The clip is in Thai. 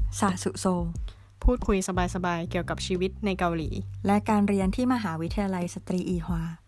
ซาสุโซพูดคุยสบายๆเกี่ยวกับชีวิตในเกาหลีและการเรียนที่มหาวิทยาลัยสตรีอีฮวา